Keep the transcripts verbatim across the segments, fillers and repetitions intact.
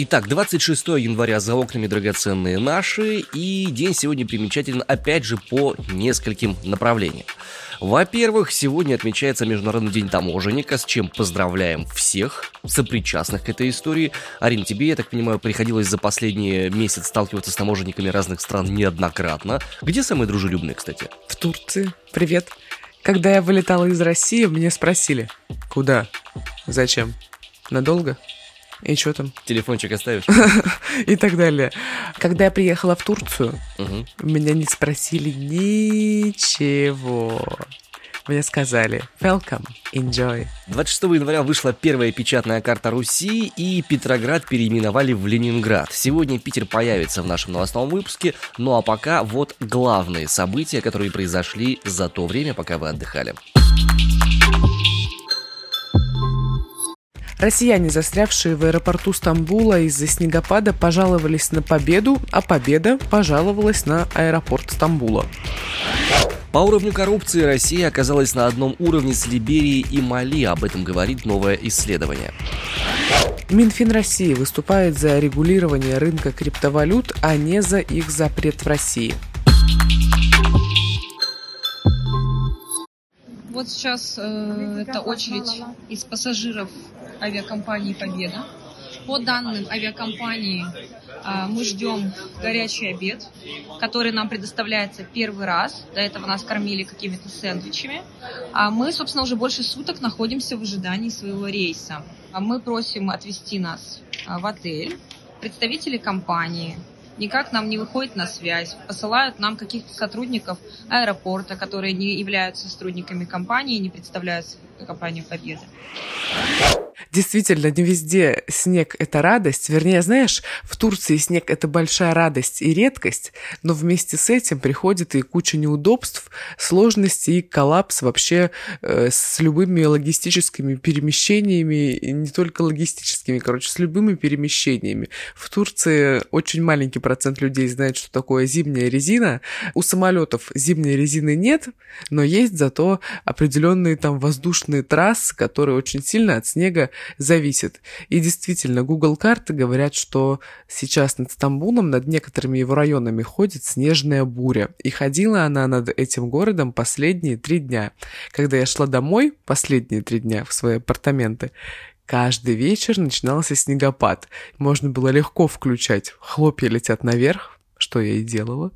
Итак, двадцать шестого января за окнами драгоценные наши, и день сегодня примечателен опять же по нескольким направлениям. Во-первых, сегодня отмечается Международный день таможенника, с чем поздравляем всех сопричастных к этой истории. Арин, тебе, я так понимаю, приходилось за последний месяц сталкиваться с таможенниками разных стран неоднократно. Где самые дружелюбные, кстати? В Турции. Привет. Когда я вылетала из России, меня спросили: куда? Зачем? Надолго? И что там? Телефончик оставишь? И так далее. Когда я приехала в Турцию, Угу. меня не спросили ничего. Мне сказали: welcome, enjoy. двадцать шестого января вышла первая печатная карта Руси, и Петроград переименовали в Ленинград. Сегодня Питер появится в нашем новостном выпуске, ну а пока вот главные события, которые произошли за то время, пока вы отдыхали. Россияне, застрявшие в аэропорту Стамбула из-за снегопада, пожаловались на Победу, а Победа пожаловалась на аэропорт Стамбула. По уровню коррупции Россия оказалась на одном уровне с Либерией и Мали, об этом говорит новое исследование. Минфин России выступает за регулирование рынка криптовалют, а не за их запрет в России. Вот сейчас э, это очередь из пассажиров авиакомпании «Победа». По данным авиакомпании, э, мы ждем горячий обед, который нам предоставляется первый раз. До этого нас кормили какими-то сэндвичами. А мы, собственно, уже больше суток находимся в ожидании своего рейса. А мы просим отвезти нас э, в отель. Представители компании никак нам не выходят на связь, посылают нам каких-то сотрудников аэропорта, которые не являются сотрудниками компании, не представляют компанию «Победа». Действительно, не везде снег – это радость. Вернее, знаешь, в Турции снег – это большая радость и редкость, но вместе с этим приходит и куча неудобств, сложностей и коллапс вообще э, с любыми логистическими перемещениями, и не только логистическими, короче, с любыми перемещениями. В Турции очень маленький процент людей знает, что такое зимняя резина. У самолетов зимней резины нет, но есть зато определенные там воздушные трассы, которые очень сильно от снега зависит. И действительно, Google карты говорят, что сейчас над Стамбулом, над некоторыми его районами ходит снежная буря. И ходила она над этим городом последние три дня. Когда я шла домой, последние три дня в свои апартаменты, каждый вечер начинался снегопад. Можно было легко включать «Хлопья летят наверх», что я и делала.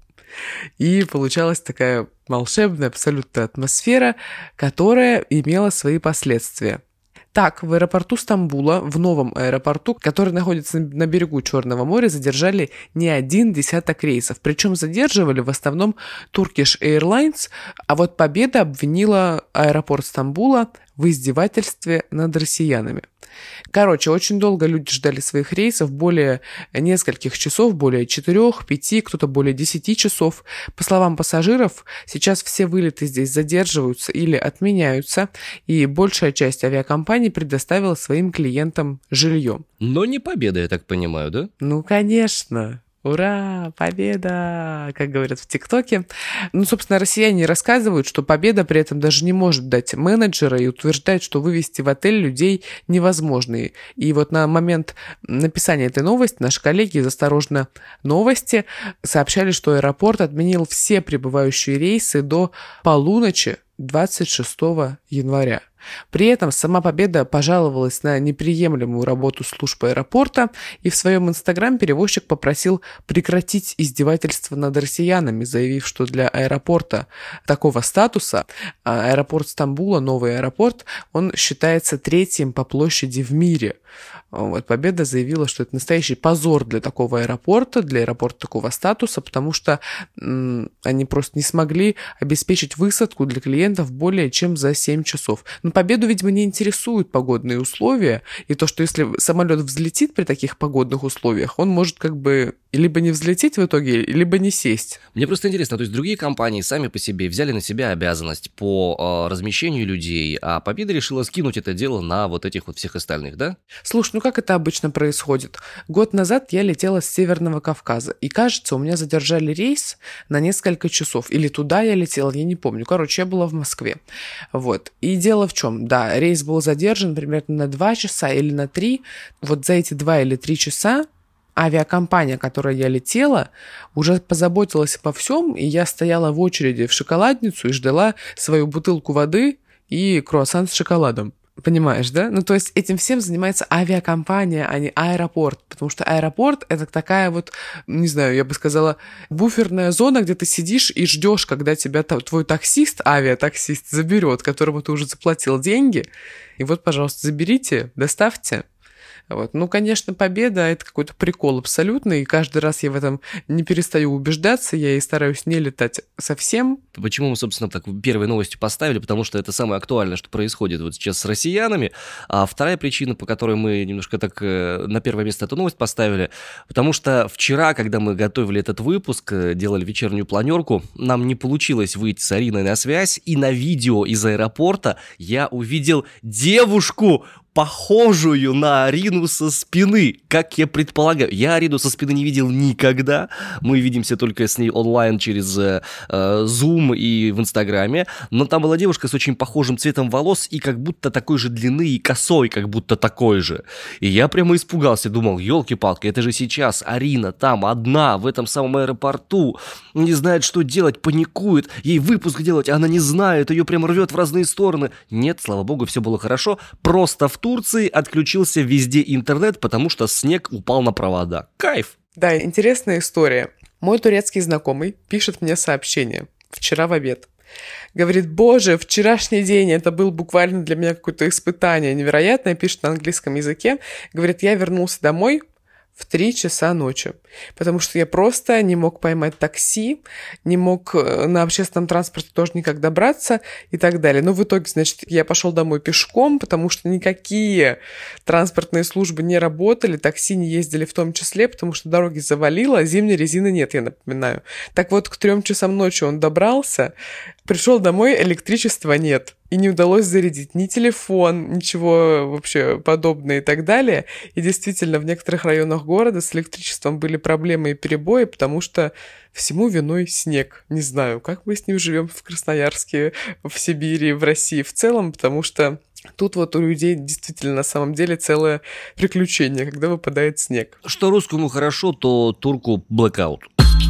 И получалась такая волшебная абсолютно атмосфера, которая имела свои последствия. Так, в аэропорту Стамбула, в новом аэропорту, который находится на берегу Черного моря, задержали не один десяток рейсов. Причем задерживали в основном Turkish Airlines, а вот Победа обвинила аэропорт Стамбула в издевательстве над россиянами. Короче, очень долго люди ждали своих рейсов, более нескольких часов, более четырех, пяти, кто-то более десяти часов. По словам пассажиров, сейчас все вылеты здесь задерживаются или отменяются, и большая часть авиакомпаний предоставила своим клиентам жилье. Но не Победа, я так понимаю, да? Ну, конечно. Ура! Победа! Как говорят в ТикТоке. Ну, собственно, россияне рассказывают, что Победа при этом даже не может дать менеджера и утверждает, что вывести в отель людей невозможно. И вот на момент написания этой новости наши коллеги из «Осторожно, новости» сообщали, что аэропорт отменил все прибывающие рейсы до полуночи двадцать шестого января. При этом сама Победа пожаловалась на неприемлемую работу служб аэропорта, и в своем инстаграм перевозчик попросил прекратить издевательство над россиянами, заявив, что для аэропорта такого статуса, аэропорт Стамбула, новый аэропорт, он считается третьим по площади в мире. Вот, Победа заявила, что это настоящий позор для такого аэропорта, для аэропорта такого статуса, потому что м- они просто не смогли обеспечить высадку для клиентов более чем за семь часов. Но Победу, видимо, не интересуют погодные условия, и то, что если самолет взлетит при таких погодных условиях, он может как бы либо не взлететь в итоге, либо не сесть. Мне просто интересно, то есть другие компании сами по себе взяли на себя обязанность по э, размещению людей, а Победа решила скинуть это дело на вот этих вот всех остальных, да? Слушай, ну как это обычно происходит? Год назад я летела с Северного Кавказа, и, кажется, у меня задержали рейс на несколько часов. Или туда я летела, я не помню. Короче, я была в Москве. Вот. И дело в чем? Да, рейс был задержан примерно на два часа или на три. Вот за эти два или три часа авиакомпания, которой я летела, уже позаботилась обо всем, и я стояла в очереди в шоколадницу и ждала свою бутылку воды и круассан с шоколадом. Понимаешь, да? Ну, то есть этим всем занимается авиакомпания, а не аэропорт, потому что аэропорт — это такая вот, не знаю, я бы сказала, буферная зона, где ты сидишь и ждешь, когда тебя твой таксист, авиатаксист, заберет, которому ты уже заплатил деньги, и вот, пожалуйста, заберите, доставьте. Вот. Ну, конечно, победа — это какой-то прикол абсолютно, и каждый раз я в этом не перестаю убеждаться, я и стараюсь не летать совсем. Почему мы, собственно, так первой новостью поставили? Потому что это самое актуальное, что происходит вот сейчас с россиянами. А вторая причина, по которой мы немножко так на первое место эту новость поставили, потому что вчера, когда мы готовили этот выпуск, делали вечернюю планерку, нам не получилось выйти с Ариной на связь, и на видео из аэропорта я увидел девушку, похожую на Арину со спины, как я предполагаю. Я Арину со спины не видел никогда. Мы видимся только с ней онлайн через э, Zoom и в Инстаграме. Но там была девушка с очень похожим цветом волос и как будто такой же длины, и косой как будто такой же. И я прямо испугался, думал, елки-палки, это же сейчас Арина там одна, в этом самом аэропорту, не знает, что делать, паникует, ей выпуск делать, она не знает, ее прямо рвет в разные стороны. Нет, слава богу, все было хорошо. Просто в Турции отключился везде интернет, потому что снег упал на провода. Кайф! Да, интересная история. Мой турецкий знакомый пишет мне сообщение вчера в обед. Говорит, боже, вчерашний день, это был буквально для меня какое-то испытание невероятное, пишет на английском языке. Говорит, я вернулся домой в три часа ночи, потому что я просто не мог поймать такси, не мог на общественном транспорте тоже никак добраться и так далее. Но в итоге, значит, я пошел домой пешком, потому что никакие транспортные службы не работали, такси не ездили в том числе, потому что дороги завалило, а зимней резины нет, я напоминаю. Так вот, к трем часам ночи он добрался, пришел домой, электричества нет. И не удалось зарядить ни телефон, ничего вообще подобного и так далее. И действительно, в некоторых районах города с электричеством были проблемы и перебои, потому что всему виной снег. Не знаю, как мы с ним живем в Красноярске, в Сибири, в России в целом, потому что тут вот у людей действительно на самом деле целое приключение, когда выпадает снег. Что русскому хорошо, то турку блэкаут.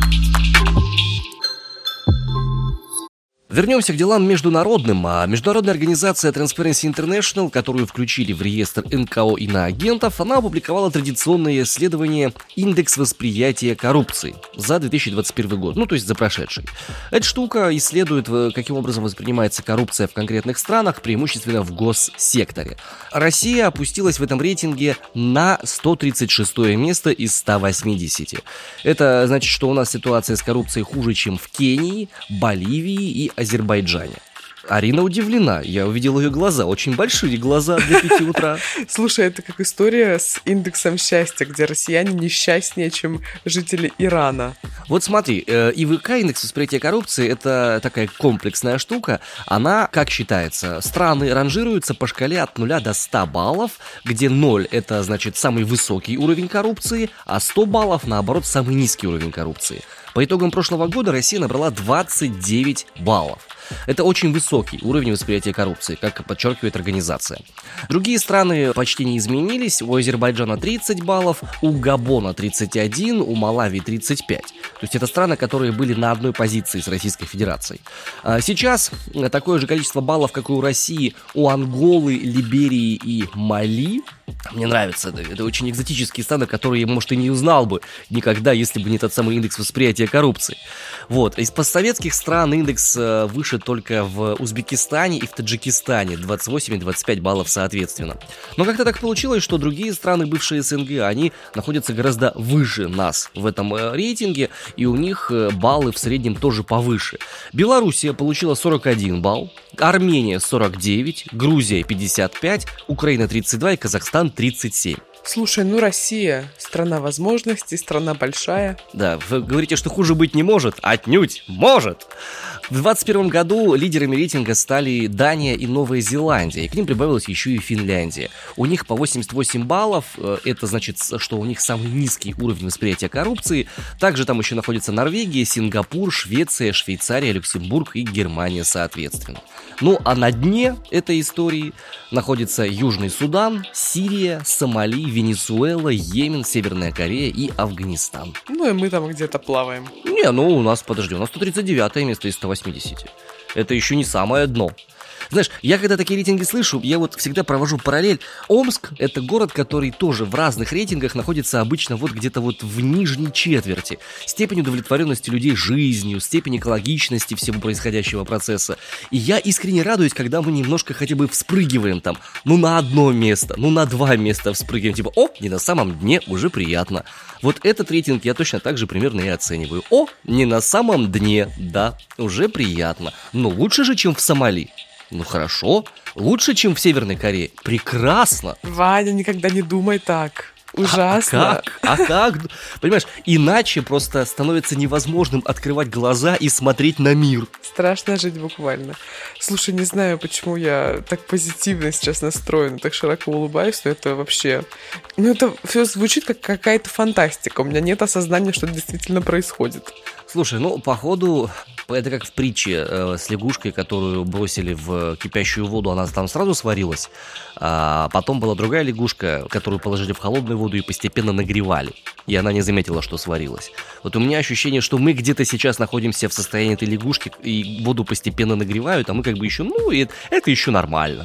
Вернемся к делам международным. А международная организация Transparency International, которую включили в реестр эн ка о иноагентов, она опубликовала традиционное исследование «Индекс восприятия коррупции» за две тысячи двадцать первый год, ну то есть за прошедший. Эта штука исследует, каким образом воспринимается коррупция в конкретных странах, преимущественно в госсекторе. Россия опустилась в этом рейтинге на сто тридцать шестое место из ста восьмидесяти. Это значит, что у нас ситуация с коррупцией хуже, чем в Кении, Боливии и Азербайджане. Арина удивлена. Я увидел ее глаза. Очень большие глаза для пяти утра. Слушай, это как история с индексом счастья, где россияне несчастнее, чем жители Ирана. Вот смотри, и вэ ка, индекс восприятия коррупции, это такая комплексная штука. Она, как считается, страны ранжируются по шкале от нуля до ста баллов, где ноль — это, значит, самый высокий уровень коррупции, а сто баллов, наоборот, самый низкий уровень коррупции. По итогам прошлого года Россия набрала двадцать девять баллов. Это очень высокий уровень восприятия коррупции, как подчеркивает организация. Другие страны почти не изменились. У Азербайджана тридцать баллов, у Габона тридцать один, у Малави тридцать пять. То есть это страны, которые были на одной позиции с Российской Федерацией. Сейчас такое же количество баллов, как и у России, у Анголы, Либерии и Мали. Мне нравится, это, это очень экзотические страны, которые я, может, и не узнал бы никогда, если бы не тот самый индекс восприятия коррупции. Вот. Из постсоветских стран индекс выше только в Узбекистане и в Таджикистане, двадцать восемь и двадцать пять баллов соответственно. Но как-то так получилось, что другие страны, бывшие эс эн гэ, они находятся гораздо выше нас в этом рейтинге, и у них баллы в среднем тоже повыше. Белоруссия получила сорок один балл, Армения сорок девять, Грузия пятьдесят пять, Украина тридцать два и Казахстан тридцать семь. Слушай, ну Россия, страна возможностей, страна большая. Да, вы говорите, что хуже быть не может, отнюдь может. В двадцать первом году лидерами рейтинга стали Дания и Новая Зеландия, и к ним прибавилась еще и Финляндия. У них по восемьдесят восемь баллов, это значит, что у них самый низкий уровень восприятия коррупции. Также там еще находятся Норвегия, Сингапур, Швеция, Швейцария, Люксембург и Германия соответственно. Ну а на дне этой истории находится Южный Судан, Сирия, Сомали, Венесуэла, Йемен, Северная Корея и Афганистан. Ну и мы там где-то плаваем. Не, ну у нас, подожди, у нас сто тридцать девятое место из ста восьмидесяти. Это еще не самое дно. Знаешь, я когда такие рейтинги слышу, я вот всегда провожу параллель. Омск — это город, который тоже в разных рейтингах находится обычно вот где-то вот в нижней четверти. Степень удовлетворенности людей жизнью, степень экологичности всего происходящего процесса. И я искренне радуюсь, когда мы немножко хотя бы вспрыгиваем там, ну на одно место, ну на два места вспрыгиваем. Типа, о, не на самом дне, уже приятно. Вот этот рейтинг я точно так же примерно и оцениваю. О, не на самом дне, да, уже приятно. Но лучше же, чем в Сомали. Ну хорошо, лучше, чем в Северной Корее. Прекрасно. Ваня, никогда не думай так. Ужасно. А, а как? А как? Понимаешь, иначе просто становится невозможным открывать глаза и смотреть на мир. Страшно жить буквально. Слушай, не знаю, почему я так позитивно сейчас настроена, так широко улыбаюсь, но это вообще... Ну, это все звучит как какая-то фантастика. У меня нет осознания, что это действительно происходит. Слушай, ну, походу, это как в притче э, с лягушкой, которую бросили в кипящую воду, она там сразу сварилась, а потом была другая лягушка, которую положили в холодную воду и постепенно нагревали, и она не заметила, что сварилась. Вот у меня ощущение, что мы где-то сейчас находимся в состоянии этой лягушки, и воду постепенно нагревают, а мы как бы еще, ну, и это еще нормально.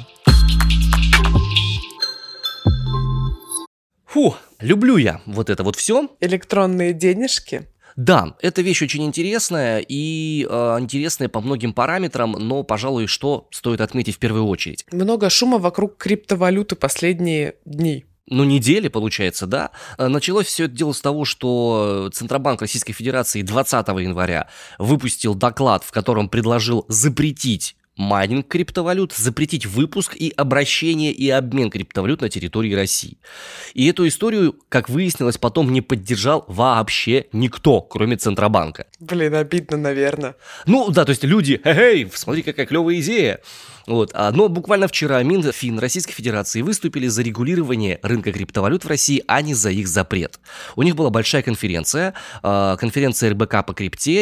Фу, люблю я вот это вот все. Электронные денежки. Да, эта вещь очень интересная и э, интересная по многим параметрам, но, пожалуй, что стоит отметить в первую очередь. Много шума вокруг криптовалюты последние дни. Ну, недели, получается, да. Началось все это дело с того, что Центробанк Российской Федерации двадцатого января выпустил доклад, в котором предложил запретить майнинг криптовалют, запретить выпуск и обращение и обмен криптовалют на территории России. И эту историю, как выяснилось, потом не поддержал вообще никто, кроме Центробанка. Блин, обидно, наверное. Ну да, то есть люди, эй, смотри, какая клевая идея. Вот. Но буквально вчера Минфин Российской Федерации выступили за регулирование рынка криптовалют в России, а не за их запрет. У них была большая конференция, конференция эр бэ ка по крипте,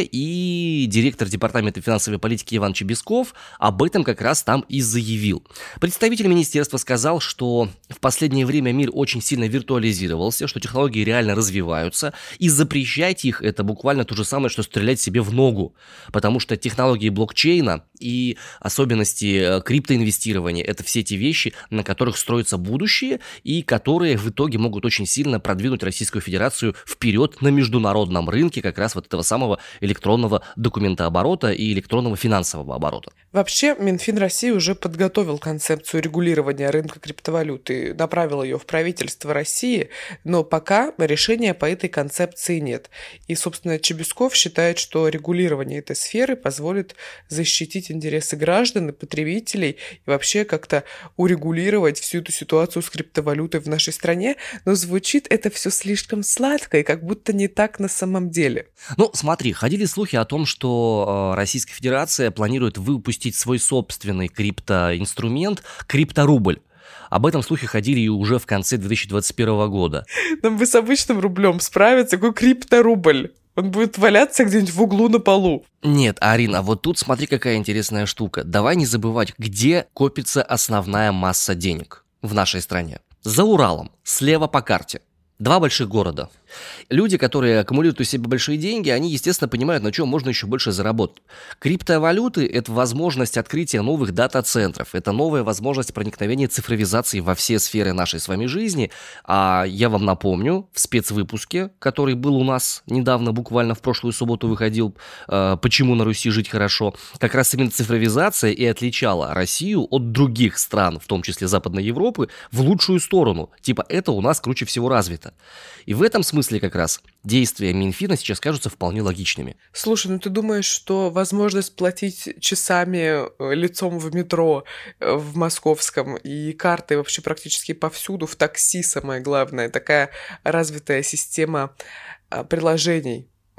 и директор департамента финансовой политики Иван Чебесков об этом как раз там и заявил. Представитель министерства сказал, что в последнее время мир очень сильно виртуализировался, что технологии реально развиваются, и запрещать их — это буквально то же самое, что стрелять себе в ногу, потому что технологии блокчейна и особенности криптоинвестирования — это все те вещи, на которых строится будущее и которые в итоге могут очень сильно продвинуть Российскую Федерацию вперед на международном рынке как раз вот этого самого электронного документооборота и электронного финансового оборота. Вообще, Минфин России уже подготовил концепцию регулирования рынка криптовалюты, направил ее в правительство России, но пока решения по этой концепции нет. И, собственно, Чебесков считает, что регулирование этой сферы позволит защитить интересы граждан и потребителей, и вообще как-то урегулировать всю эту ситуацию с криптовалютой в нашей стране, но звучит это все слишком сладко и как будто не так на самом деле. Ну, смотри, ходили слухи о том, что э, Российская Федерация планирует выпустить свой собственный криптоинструмент крипторубль. Об этом слухи ходили и уже в конце две тысячи двадцать первого года. Нам бы с обычным рублем справиться, какой крипторубль? Он будет валяться где-нибудь в углу на полу. Нет, Арина, вот тут смотри, какая интересная штука. Давай не забывать, где копится основная масса денег в нашей стране. За Уралом, слева по карте. Два больших города. Люди, которые аккумулируют у себя большие деньги, они, естественно, понимают, на чем можно еще больше заработать. Криптовалюты – это возможность открытия новых дата-центров, это новая возможность проникновения цифровизации во все сферы нашей с вами жизни. А я вам напомню, в спецвыпуске, который был у нас недавно, буквально в прошлую субботу выходил, «Почему на Руси жить хорошо», как раз именно цифровизация и отличала Россию от других стран, в том числе Западной Европы, в лучшую сторону. Типа это у нас круче всего развито. И в этом смысле как раз действия Минфина сейчас кажутся вполне логичными. Слушай, ну ты думаешь, что возможность платить часами лицом в метро в московском и картой вообще практически повсюду, в такси, самое главное, такая развитая система приложений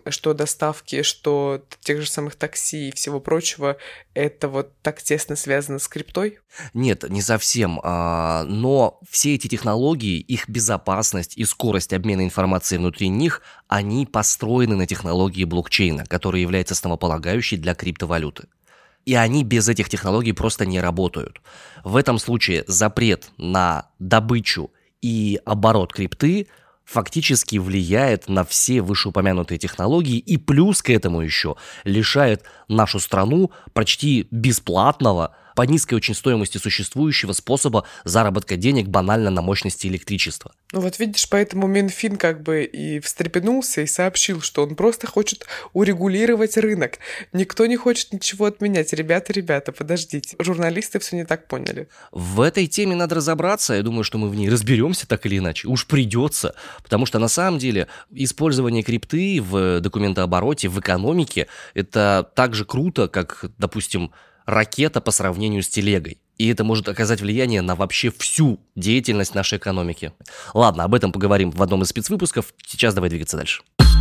что доставки, что тех же самых такси и всего прочего, это вот так тесно связано с криптой? Нет, не совсем. Но все эти технологии, их безопасность и скорость обмена информацией внутри них, они построены на технологии блокчейна, которая является основополагающей для криптовалюты. И они без этих технологий просто не работают. В этом случае запрет на добычу и оборот крипты фактически влияет на все вышеупомянутые технологии и плюс к этому еще лишает нашу страну почти бесплатного, по низкой очень стоимости существующего способа заработка денег банально на мощности электричества. Ну вот видишь, поэтому Минфин как бы и встрепенулся и сообщил, что он просто хочет урегулировать рынок. Никто не хочет ничего отменять. Ребята, ребята, подождите. Журналисты все не так поняли. В этой теме надо разобраться. Я думаю, что мы в ней разберемся так или иначе. Уж придется. Потому что на самом деле использование крипты в документообороте, в экономике, это так же круто, как, допустим, ракета по сравнению с телегой. И это может оказать влияние на вообще всю деятельность нашей экономики. Ладно, об этом поговорим в одном из спецвыпусков. Сейчас давай двигаться дальше.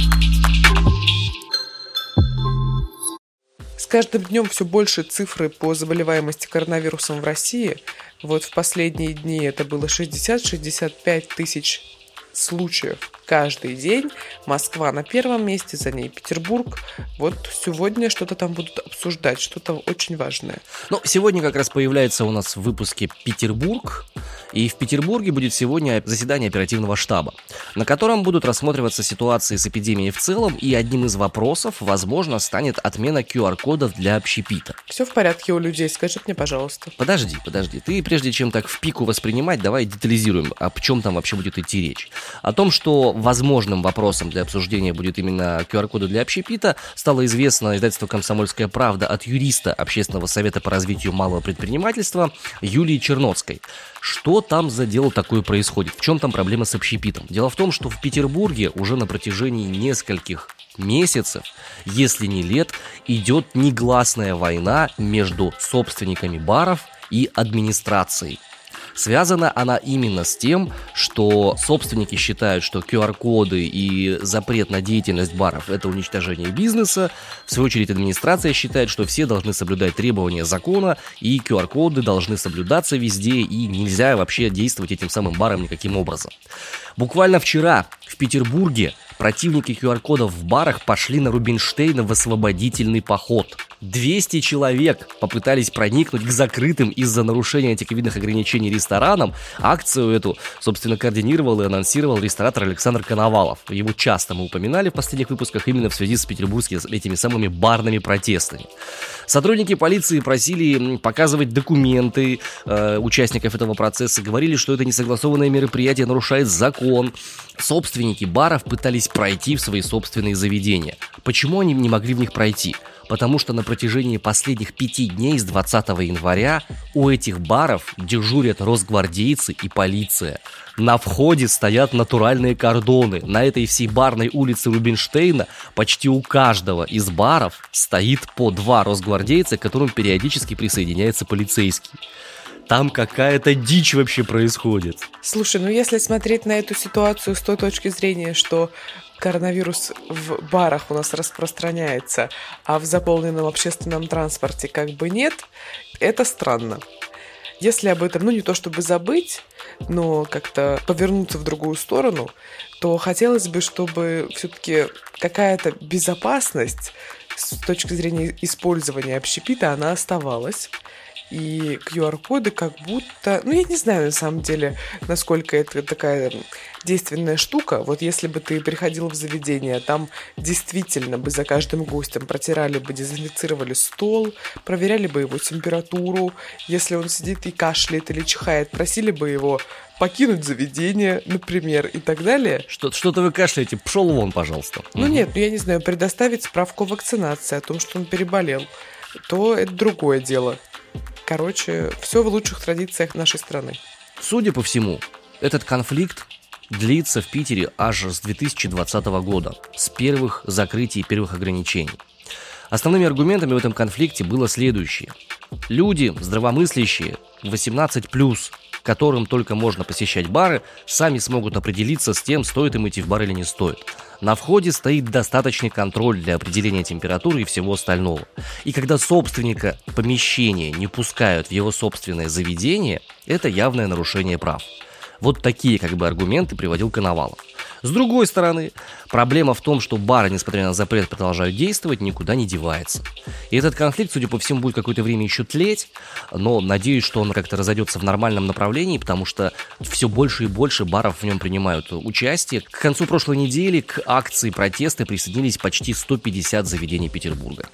С каждым днем все больше цифры по заболеваемости коронавирусом в России. Вот в последние дни это было шестьдесят-шестьдесят пять тысяч случаев каждый день. Москва на первом месте, за ней Петербург. Вот сегодня что-то там будут обсуждать, что-то очень важное. Ну, сегодня как раз появляется у нас в выпуске Петербург. И в Петербурге будет сегодня заседание оперативного штаба, на котором будут рассматриваться ситуации с эпидемией в целом, и одним из вопросов, возможно, станет отмена ку ар-кодов для общепита. Все в порядке у людей, скажи мне, пожалуйста. Подожди, подожди. Ты прежде чем так в пику воспринимать, давай детализируем, о чем там вообще будет идти речь. О том, что возможным вопросом для обсуждения будет именно ку ар-коды для общепита, стало известно издательству «Комсомольская правда» от юриста Общественного совета по развитию малого предпринимательства Юлии Черноцкой. Что там за дело такое происходит? В чем там проблема с общепитом? Дело в том, что в Петербурге уже на протяжении нескольких месяцев, если не лет, идет негласная война между собственниками баров и администрацией. Связана она именно с тем, что собственники считают, что ку ар-коды и запрет на деятельность баров – это уничтожение бизнеса. В свою очередь, администрация считает, что все должны соблюдать требования закона, и ку ар-коды должны соблюдаться везде, и нельзя вообще действовать этим самым баром никаким образом. Буквально вчера в Петербурге противники ку ар-кодов в барах пошли на Рубинштейна в освободительный поход. двести человек попытались проникнуть к закрытым из-за нарушения антиковидных ограничений ресторанам. Акцию эту, собственно, координировал и анонсировал ресторатор Александр Коновалов. Его часто мы упоминали в последних выпусках именно в связи с петербургскими этими самыми барными протестами. Сотрудники полиции просили показывать документы э, участников этого процесса, говорили, что это несогласованное мероприятие нарушает закон. Собственники баров пытались пройти в свои собственные заведения. Почему они не могли в них пройти? Потому что на протяжении последних пяти дней с двадцатого января у этих баров дежурят росгвардейцы и полиция. На входе стоят натуральные кордоны. На этой всей барной улице Рубинштейна почти у каждого из баров стоит по два росгвардейца, к которым периодически присоединяется полицейский. Там какая-то дичь вообще происходит. Слушай, ну если смотреть на эту ситуацию с той точки зрения, что коронавирус в барах у нас распространяется, а в заполненном общественном транспорте как бы нет, это странно. Если об этом, ну не то чтобы забыть, но как-то повернуться в другую сторону, то хотелось бы, чтобы все-таки какая-то безопасность с точки зрения использования общепита, она оставалась. И ку ар-коды как будто... Ну, я не знаю, на самом деле, насколько это такая действенная штука. Вот если бы ты приходил в заведение, там действительно бы за каждым гостем протирали бы, дезинфицировали стол, проверяли бы его температуру. Если он сидит и кашляет или чихает, просили бы его покинуть заведение, например, и так далее. Что- что-то вы кашляете, пшел вон, пожалуйста. Ну, нет, ну, я не знаю, предоставить справку о вакцинации, о том, что он переболел, то это другое дело. Короче, все в лучших традициях нашей страны. Судя по всему, этот конфликт длится в Питере аж с две тысячи двадцатого года, с первых закрытий и первых ограничений. Основными аргументами в этом конфликте было следующее. Люди, здравомыслящие, восемнадцать плюс, которым только можно посещать бары, сами смогут определиться с тем, стоит им идти в бар или не стоит. На входе стоит достаточный контроль для определения температуры и всего остального. И когда собственника помещения не пускают в его собственное заведение, это явное нарушение прав. Вот такие как бы аргументы приводил Коновалов. С другой стороны, проблема в том, что бары, несмотря на запрет, продолжают действовать, никуда не девается. И этот конфликт, судя по всему, будет какое-то время еще тлеть, но надеюсь, что он как-то разойдется в нормальном направлении, потому что все больше и больше баров в нем принимают участие. К концу прошлой недели к акции протеста присоединились почти сто пятьдесят заведений Петербурга.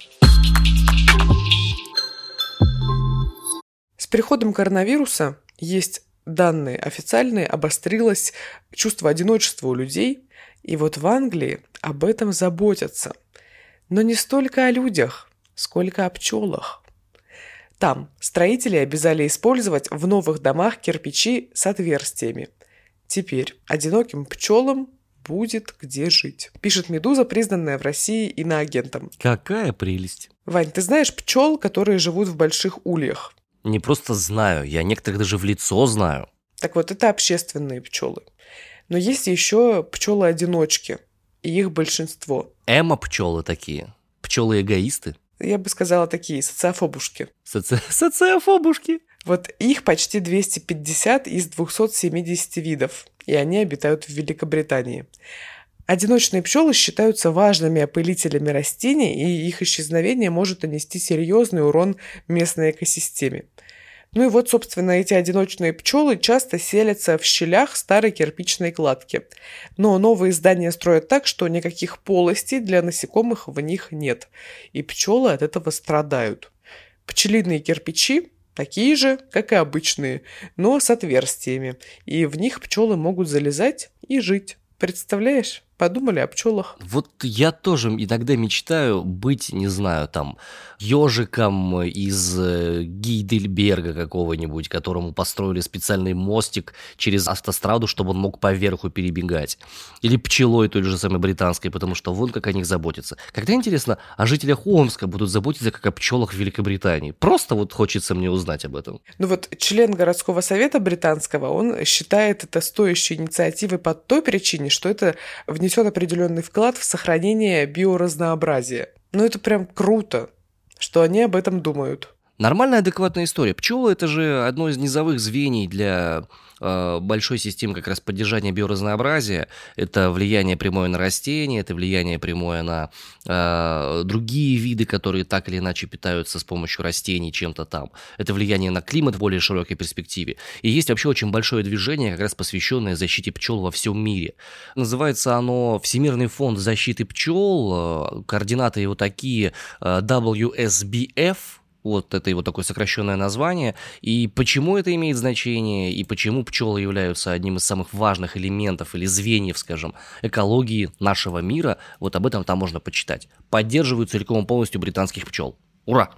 С приходом коронавируса есть данные официальные, обострилось чувство одиночества у людей, и вот в Англии об этом заботятся. Но не столько о людях, сколько о пчелах. Там строители обязали использовать в новых домах кирпичи с отверстиями. Теперь одиноким пчелам будет где жить. Пишет «Медуза», признанная в России иноагентом. Какая прелесть. Вань, ты знаешь пчел, которые живут в больших ульях? Не просто знаю, я некоторых даже в лицо знаю. Так вот, это общественные пчелы. Но есть еще пчелы-одиночки, и их большинство. Эмо-пчелы такие. Пчелы-эгоисты. Я бы сказала, такие социофобушки. Соци... Социофобушки. Вот их почти двести пятьдесят из двухсот семидесяти видов, и они обитают в Великобритании. Одиночные пчелы считаются важными опылителями растений, и их исчезновение может нанести серьезный урон местной экосистеме. Ну и вот, собственно, эти одиночные пчелы часто селятся в щелях старой кирпичной кладки. Но новые здания строят так, что никаких полостей для насекомых в них нет, и пчелы от этого страдают. Пчелиные кирпичи такие же, как и обычные, но с отверстиями, и в них пчелы могут залезать и жить. Представляешь? Подумали о пчелах. Вот я тоже иногда мечтаю быть, не знаю, там, ежиком из э, Гейдельберга какого-нибудь, которому построили специальный мостик через автостраду, чтобы он мог поверху перебегать. Или пчелой той же самой британской, потому что вон как о них заботятся. Когда, интересно, о жителях Омска будут заботиться, как о пчелах в Великобритании? Просто вот хочется мне узнать об этом. Ну вот член городского совета британского, он считает это стоящей инициативой по той причине, что это внесет определенный вклад в сохранение биоразнообразия. Ну это прям круто, что они об этом думают. Нормальная, адекватная история. Пчелы – это же одно из низовых звеньев для э, большой системы как раз поддержания биоразнообразия. Это влияние прямое на растения, это влияние прямое на э, другие виды, которые так или иначе питаются с помощью растений чем-то там. Это влияние на климат в более широкой перспективе. И есть вообще очень большое движение, как раз посвященное защите пчел во всем мире. Называется оно Всемирный фонд защиты пчел. Координаты его такие дабл ю эс би эф. Вот это его такое сокращенное название. И почему это имеет значение, и почему пчелы являются одним из самых важных элементов или звеньев, скажем, экологии нашего мира, вот об этом там можно почитать. Поддерживаю целиком и полностью британских пчел. Ура!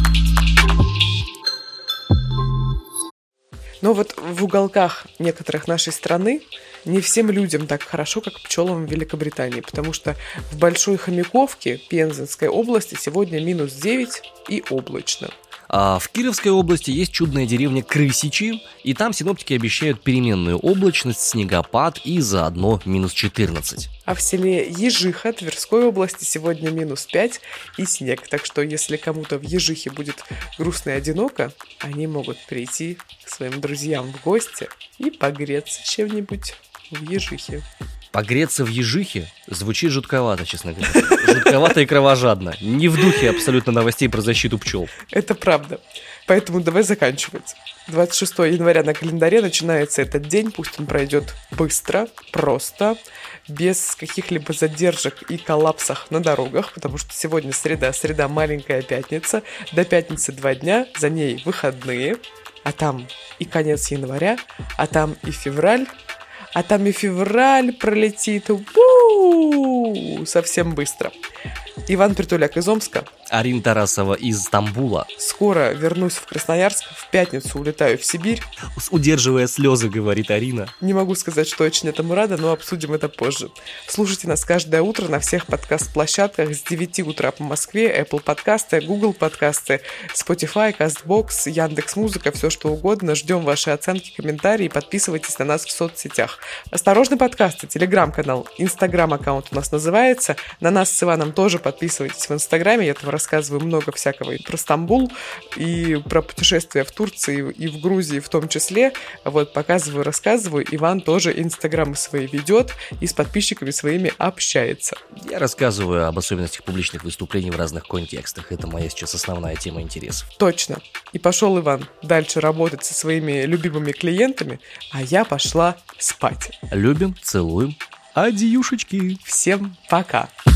Но вот в уголках некоторых нашей страны не всем людям так хорошо, как пчелам в Великобритании, потому что в Большой Хомяковке Пензенской области сегодня минус девять и облачно. А в Кировской области есть чудная деревня Крысичи, и там синоптики обещают переменную облачность, снегопад и заодно минус четырнадцать. А в селе Ежиха Тверской области сегодня минус пять и снег. Так что если кому-то в Ежихе будет грустно и одиноко, они могут прийти к своим друзьям в гости и погреться чем-нибудь в Ежихе. Погреться в Ежихе звучит жутковато, честно говоря. Жутковато и кровожадно. Не в духе абсолютно новостей про защиту пчел. Это правда. Поэтому давай заканчивать. двадцать шестого января на календаре начинается этот день. Пусть он пройдет быстро, просто, без каких-либо задержек и коллапсов на дорогах, потому что сегодня среда, среда маленькая пятница. До пятницы два дня, за ней выходные. А там и конец января, а там и февраль. А там и февраль пролетит у-у-у, совсем быстро. Иван Притуляк из Омска. Арина Тарасова из Стамбула. Скоро вернусь в Красноярск, в пятницу улетаю в Сибирь. Удерживая слезы, говорит Арина. Не могу сказать, что очень этому рада, но обсудим это позже. Слушайте нас каждое утро на всех подкаст-площадках с девяти утра по Москве, Apple подкасты, Google подкасты, Spotify, CastBox, Яндекс.Музыка, все что угодно. Ждем ваши оценки, комментарии, подписывайтесь на нас в соцсетях. Осторожно, подкасты, телеграм-канал, инстаграм-аккаунт у нас называется. На нас с Иваном тоже подписывайтесь в инстаграме, я там рассказываю много всякого и про Стамбул, и про путешествия в Турции, и в Грузии в том числе. Вот, показываю, рассказываю. Иван тоже инстаграмы свои ведет и с подписчиками своими общается. Я рассказываю об особенностях публичных выступлений в разных контекстах. Это моя сейчас основная тема интересов. Точно. И пошел Иван дальше работать со своими любимыми клиентами, а я пошла спать. Любим, целуем. Адьюшечки. Всем пока.